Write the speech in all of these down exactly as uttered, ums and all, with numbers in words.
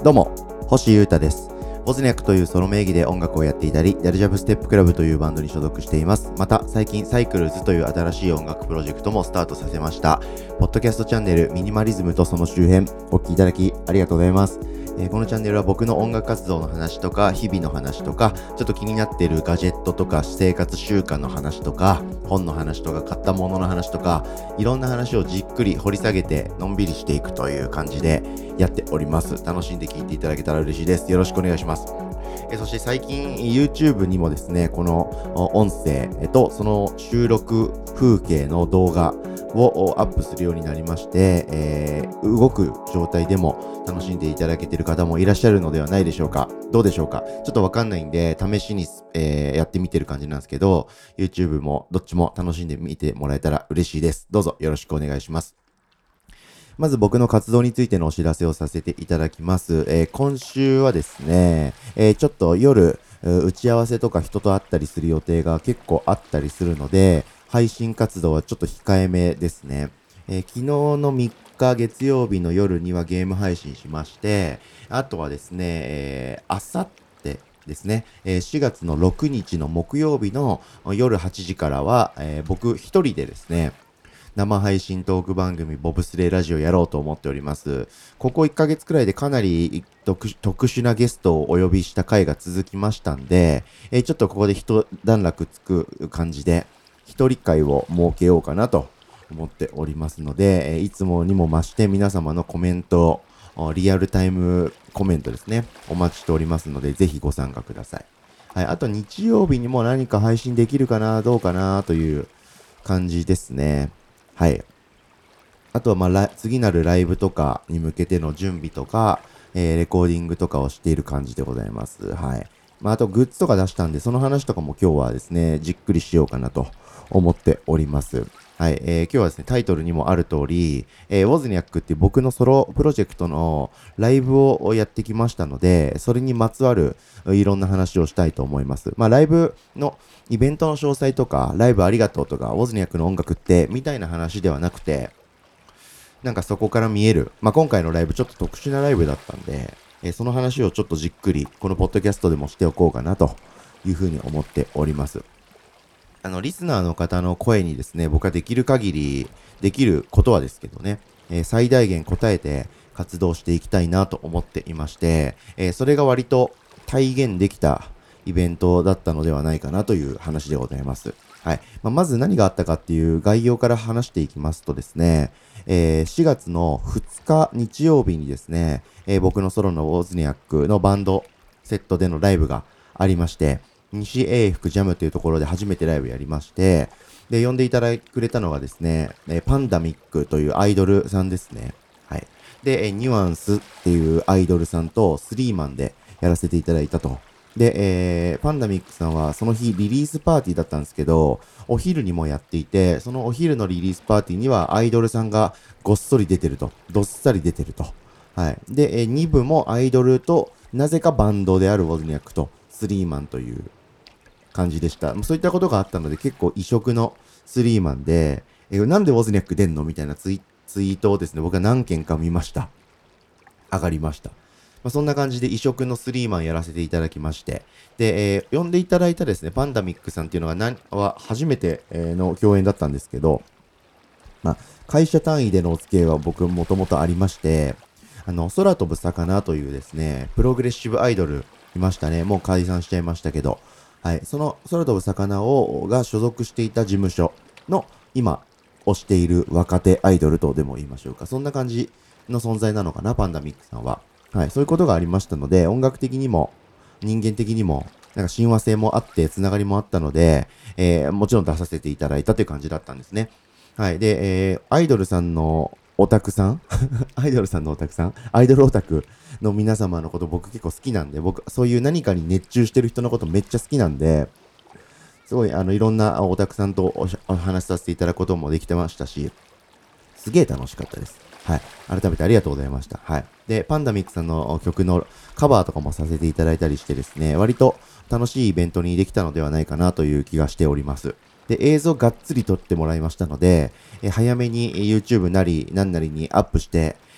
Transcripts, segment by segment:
どうも、星優太です。ボズニャックというソロ名義で音楽をやっていたり、ダルジャブステップクラブというバンドに所属しています。また、最近サイクルズという新しい音楽プロジェクトもスタートさせました。ポッドキャストチャンネルミニマリズムとその周辺、お聞きいただきありがとうございます。えー、このチャンネルは僕の音楽活動の話とか、日々の話とか、ちょっと気になっているガジェットとか、生活習慣の話とか、本の話とか、買ったものの話とか、いろんな話をじっくり掘り下げて、のんびりしていくという感じでやっております。楽しんで聞いていただけたら嬉しいです。よろしくお願いします。えー、そして最近 YouTube にもですね、この音声とその収録風景の動画をアップするようになりまして、えー、動く状態でも楽しんでいただけている方もいらっしゃるのではないでしょうか。どうでしょうか。ちょっとわかんないんで試しに、えー、やってみてる感じなんですけど、 YouTube もどっちも楽しんでみてもらえたら嬉しいです。どうぞよろしくお願いします。まず僕の活動についてのお知らせをさせていただきます。えー、今週はですね、えー、ちょっと夜打ち合わせとか人と会ったりする予定が結構あったりするので、配信活動はちょっと控えめですね。えー、昨日のみっか月曜日の夜にはゲーム配信しまして、あとはですね、えー、あさってですね、えー、しがつのろくにちの木曜日の夜はちじからは、えー、僕一人でですね、生配信トーク番組ボブスレーラジオやろうと思っております。ここいっかげつくらいでかなり特殊なゲストをお呼びした回が続きましたんで、えー、ちょっとここで一段落つく感じで一人会を設けようかなと思っておりますので、えー、いつもにも増して皆様のコメント、リアルタイムコメントですね、お待ちしておりますので、ぜひご参加ください。はい、あと日曜日にも何か配信できるかな、どうかなという感じですね。はい。あとは、まあ、次なるライブとかに向けての準備とか、えー、レコーディングとかをしている感じでございます。はい。まあ、あと、グッズとか出したんで、その話とかも今日はですね、じっくりしようかなと思っております。はい。えー、今日はですね、タイトルにもある通り、えー、ウォズニャックっていう僕のソロプロジェクトのライブをやってきましたので、それにまつわるいろんな話をしたいと思います。まあ、ライブのイベントの詳細とか、ライブありがとうとか、ウォズニャックの音楽って、みたいな話ではなくて、なんかそこから見える、まあ、今回のライブちょっと特殊なライブだったんで、えー、その話をちょっとじっくり、このポッドキャストでもしておこうかなというふうに思っております。あの、リスナーの方の声にですね、僕はできる限り、できることはですけどね、えー、最大限答えて活動していきたいなと思っていまして、えー、それが割と体現できたイベントだったのではないかなという話でございます。はい。まあ、まず何があったかっていう概要から話していきますとですね、えー、しがつのふつか日曜日にですね、えー、僕のソロのウォズニャックのバンドセットでのライブがありまして、西英福ジャムというところで初めてライブやりまして、で、呼んでいただいてくれたのがですね、えー、パンダミックというアイドルさんですね。はい。で、えー、ニュアンスっていうアイドルさんとスリーマンでやらせていただいたと。で、えー、パンダミックさんはその日リリースパーティーだったんですけど、お昼にもやっていて、そのお昼のリリースパーティーにはアイドルさんがごっそり出てると。どっさり出てると。はい。で、えー、に部もアイドルと、なぜかバンドであるウォズニャックとスリーマンという感じでした。そういったことがあったので結構異色のスリーマンで、えー、なんでウォズニャック出んのみたいなツイ、ツイートをですね、僕は何件か見ました。上がりました。まあ、そんな感じで異色のスリーマンやらせていただきまして、で、えー、呼んでいただいたですね、パンダミックさんっていうのが何は初めて、えー、の共演だったんですけど、まあ、会社単位でのお付き合いは僕もともとありまして、あの、空飛ぶ魚というですね、プログレッシブアイドルいましたね。もう解散しちゃいましたけど、はい、その空飛ぶ魚を、が所属していた事務所の今、推している若手アイドルとでも言いましょうか。そんな感じの存在なのかな、パンダミックさんは。はい、そういうことがありましたので、音楽的にも、人間的にも、なんか親和性もあって、つながりもあったので、えー、もちろん出させていただいたという感じだったんですね。はい。で、えー、アイドルさんのオタクさんアイドルさんのオタクさんアイドルオタクの皆様のこと僕結構好きなんで、僕、そういう何かに熱中してる人のことめっちゃ好きなんで、すごい、あの、いろんなオタクさんと お, お話しさせていただくこともできてましたし、すげえ楽しかったです。はい。改めてありがとうございました。はい。で、パンダミックさんの曲のカバーとかもさせていただいたりしてですね、割と楽しいイベントにできたのではないかなという気がしております。で、映像がっつり撮ってもらいましたので、え早めに YouTube なり何なりにアップして、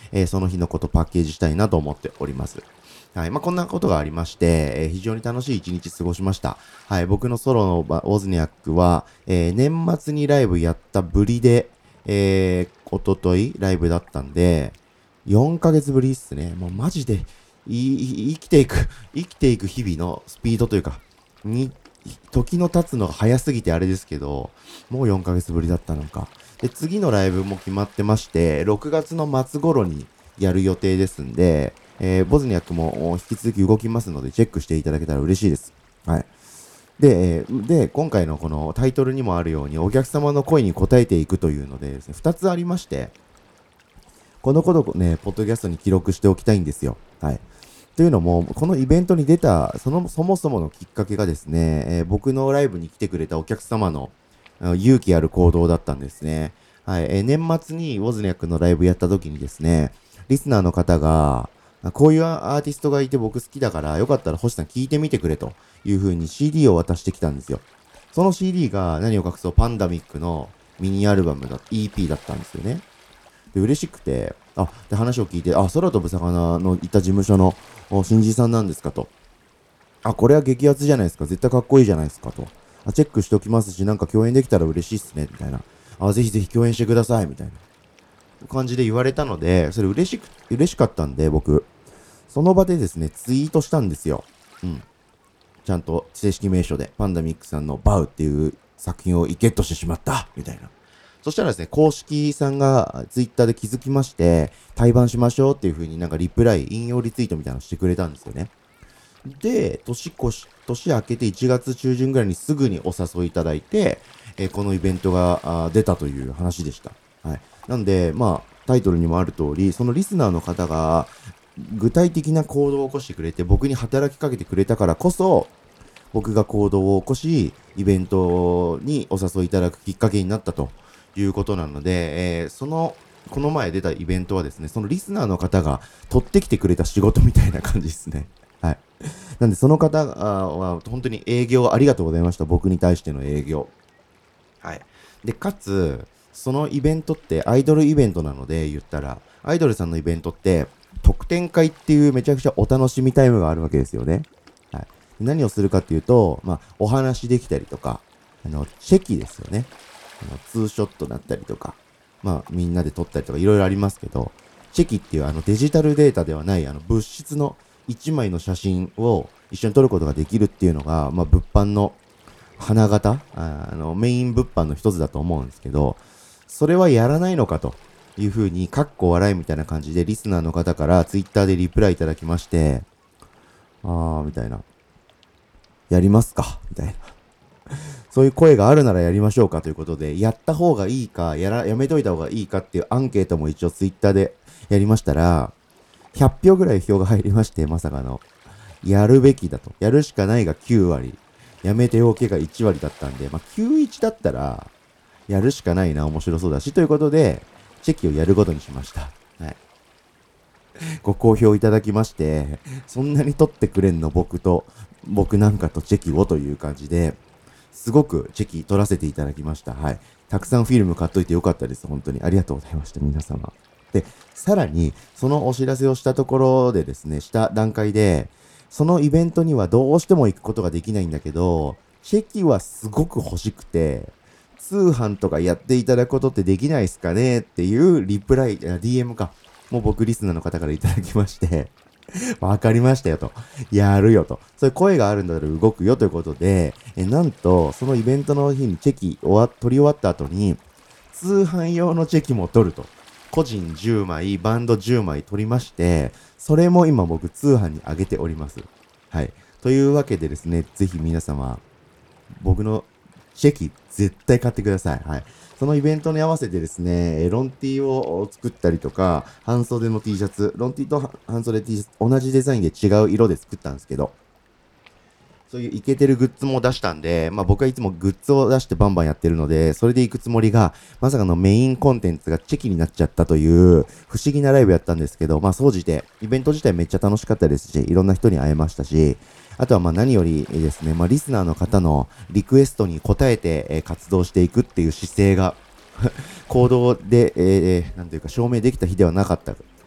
えー、その日のことパッケージしたいなと思っております。はい。まあ、こんなことがありまして、えー、非常に楽しい一日過ごしました。はい。僕のソロのウォズニャックは、えー、年末にライブやったぶりで、えー、おとといライブだったんで、よんかげつぶりっすね。もうマジで、い生きていく、生きていく日々のスピードというか、に、時の経つのが早すぎてあれですけど、もうよんかげつぶりだったのか。で、次のライブも決まってまして、ろくがつの末頃にやる予定ですんで、えー、ボズニャックも引き続き動きますので、チェックしていただけたら嬉しいです。はい。で、えー、で、今回のこのタイトルにもあるように、お客様の声に応えていくというのでですね、ふたつありまして、このことをね、ポッドキャストに記録しておきたいんですよ。はい。というのも、このイベントに出た、その、そもそものきっかけがですね、えー、僕のライブに来てくれたお客様の勇気ある行動だったんですね。はい。えー、年末にウォズニャックのライブやった時にですね、リスナーの方が、こういうアーティストがいて僕好きだから、よかったら星さん聞いてみてくれという風に シーディー を渡してきたんですよ。その シーディー が何を隠そうパンダミックのミニアルバムだ、イーピー だったんですよね。で、嬉しくて、あ、で、話を聞いて、あ、空飛ぶ魚のいた事務所の新人さんなんですかと。あ、これは激アツじゃないですか。絶対かっこいいじゃないですかと。あ、チェックしておきますし、なんか共演できたら嬉しいっすね、みたいな。あ、ぜひぜひ共演してください、みたいな感じで言われたので、それ嬉しく、嬉しかったんで、僕。その場でですね、ツイートしたんですよ。うん。ちゃんと正式名称で、パンダミックさんのバウっていう作品をゲットしてしまった、みたいな。そしたらですね、公式さんがツイッターで気づきまして、対バンしましょうっていう風になんかリプライ、引用リツイートみたいなのしてくれたんですよね。で、年越し、年明けていちがつ中旬ぐらいにすぐにお誘いいただいて、えー、このイベントが出たという話でした。はい。なんで、まあ、タイトルにもある通り、そのリスナーの方が具体的な行動を起こしてくれて、僕に働きかけてくれたからこそ、僕が行動を起こし、イベントにお誘いいただくきっかけになったということなので、えー、その、この前出たイベントはですね、そのリスナーの方が取ってきてくれた仕事みたいな感じですね。はい。なんで、その方は本当に営業ありがとうございました。僕に対しての営業。はい。で、かつ、そのイベントってアイドルイベントなので言ったら、アイドルさんのイベントって特典会っていうめちゃくちゃお楽しみタイムがあるわけですよね。はい。何をするかっていうと、まあ、お話できたりとか、あの、チェキですよね。あの、ツーショットだったりとか、まあ、みんなで撮ったりとかいろいろありますけど、チェキっていうあのデジタルデータではないあの物質の一枚の写真を一緒に撮ることができるっていうのが、まあ、物販の花形、あの、メイン物販の一つだと思うんですけど、それはやらないのかというふうに、かっこ笑いみたいな感じで、リスナーの方からツイッターでリプライいただきまして、あー、みたいな。やりますかみたいな。そういう声があるならやりましょうかということで、やった方がいいか、やら、やめといた方がいいかっていうアンケートも一応ツイッターでやりましたら、ひゃくひょうぐらい票が入りまして、まさかの、やるべきだと。やるしかないがきゅうわり、やめておけがいちわりだったんで、まあ、きゅういちだったら、やるしかないな、面白そうだし、ということで、チェキをやることにしました。はい。ご好評いただきまして、そんなに撮ってくれんの僕と、僕なんかとチェキをという感じで、すごくチェキ撮らせていただきました。はい。たくさんフィルム買っといてよかったです。本当に。ありがとうございました。皆様。で、さらに、そのお知らせをしたところでですね、した段階で、そのイベントにはどうしても行くことができないんだけど、チェキはすごく欲しくて、通販とかやっていただくことってできないですかねっていうリプライ、ディーエム か。もう僕リスナーの方からいただきまして、わかりましたよと。やるよと。そういう声があるんだったら動くよということで、えなんと、そのイベントの日にチェキ終わ、取り終わった後に、通販用のチェキも取ると。個人じゅうまい、バンドじゅうまい取りまして、それも今僕通販に上げております。はい。というわけでですね、ぜひ皆様、僕のチェキ絶対買ってください。はい。そのイベントに合わせてですね、ロン T を作ったりとか、半袖の T シャツ、ロン T と半袖 T シャツ、同じデザインで違う色で作ったんですけど、そういうイケてるグッズも出したんで、まあ僕はいつもグッズを出してバンバンやってるので、それで行くつもりが、まさかのメインコンテンツがチェキになっちゃったという不思議なライブやったんですけど、まあ総じて、イベント自体めっちゃ楽しかったですし、いろんな人に会えましたし、あとはまあ何よりですね、まあリスナーの方のリクエストに応えて、えー、活動していくっていう姿勢が、行動で、えー、なんていうか証明できた日ではなかった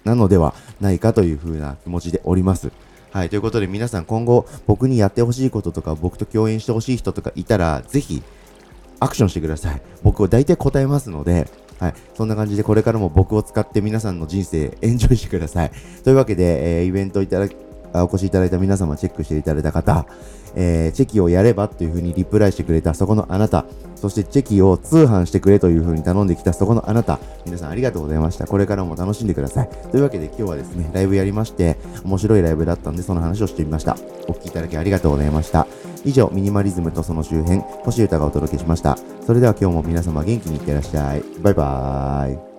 なのではないかというふうな気持ちでおります。はい、ということで皆さん今後僕にやってほしいこととか僕と共演してほしい人とかいたらぜひアクションしてください。僕は大体答えますので、はい、そんな感じでこれからも僕を使って皆さんの人生エンジョイしてください。というわけで、えー、イベントいただきお越しいただいた皆様、チェックしていただいた方、えー、チェキをやればという風にリプライしてくれたそこのあなた、そしてチェキを通販してくれという風に頼んできたそこのあなた、皆さんありがとうございました。これからも楽しんでください。というわけで今日はですね、ライブやりまして、面白いライブだったんでその話をしてみました。お聞きいただきありがとうございました。以上、ミニマリズムとその周辺、星歌がお届けしました。それでは今日も皆様元気にいってらっしゃい。バイバーイ。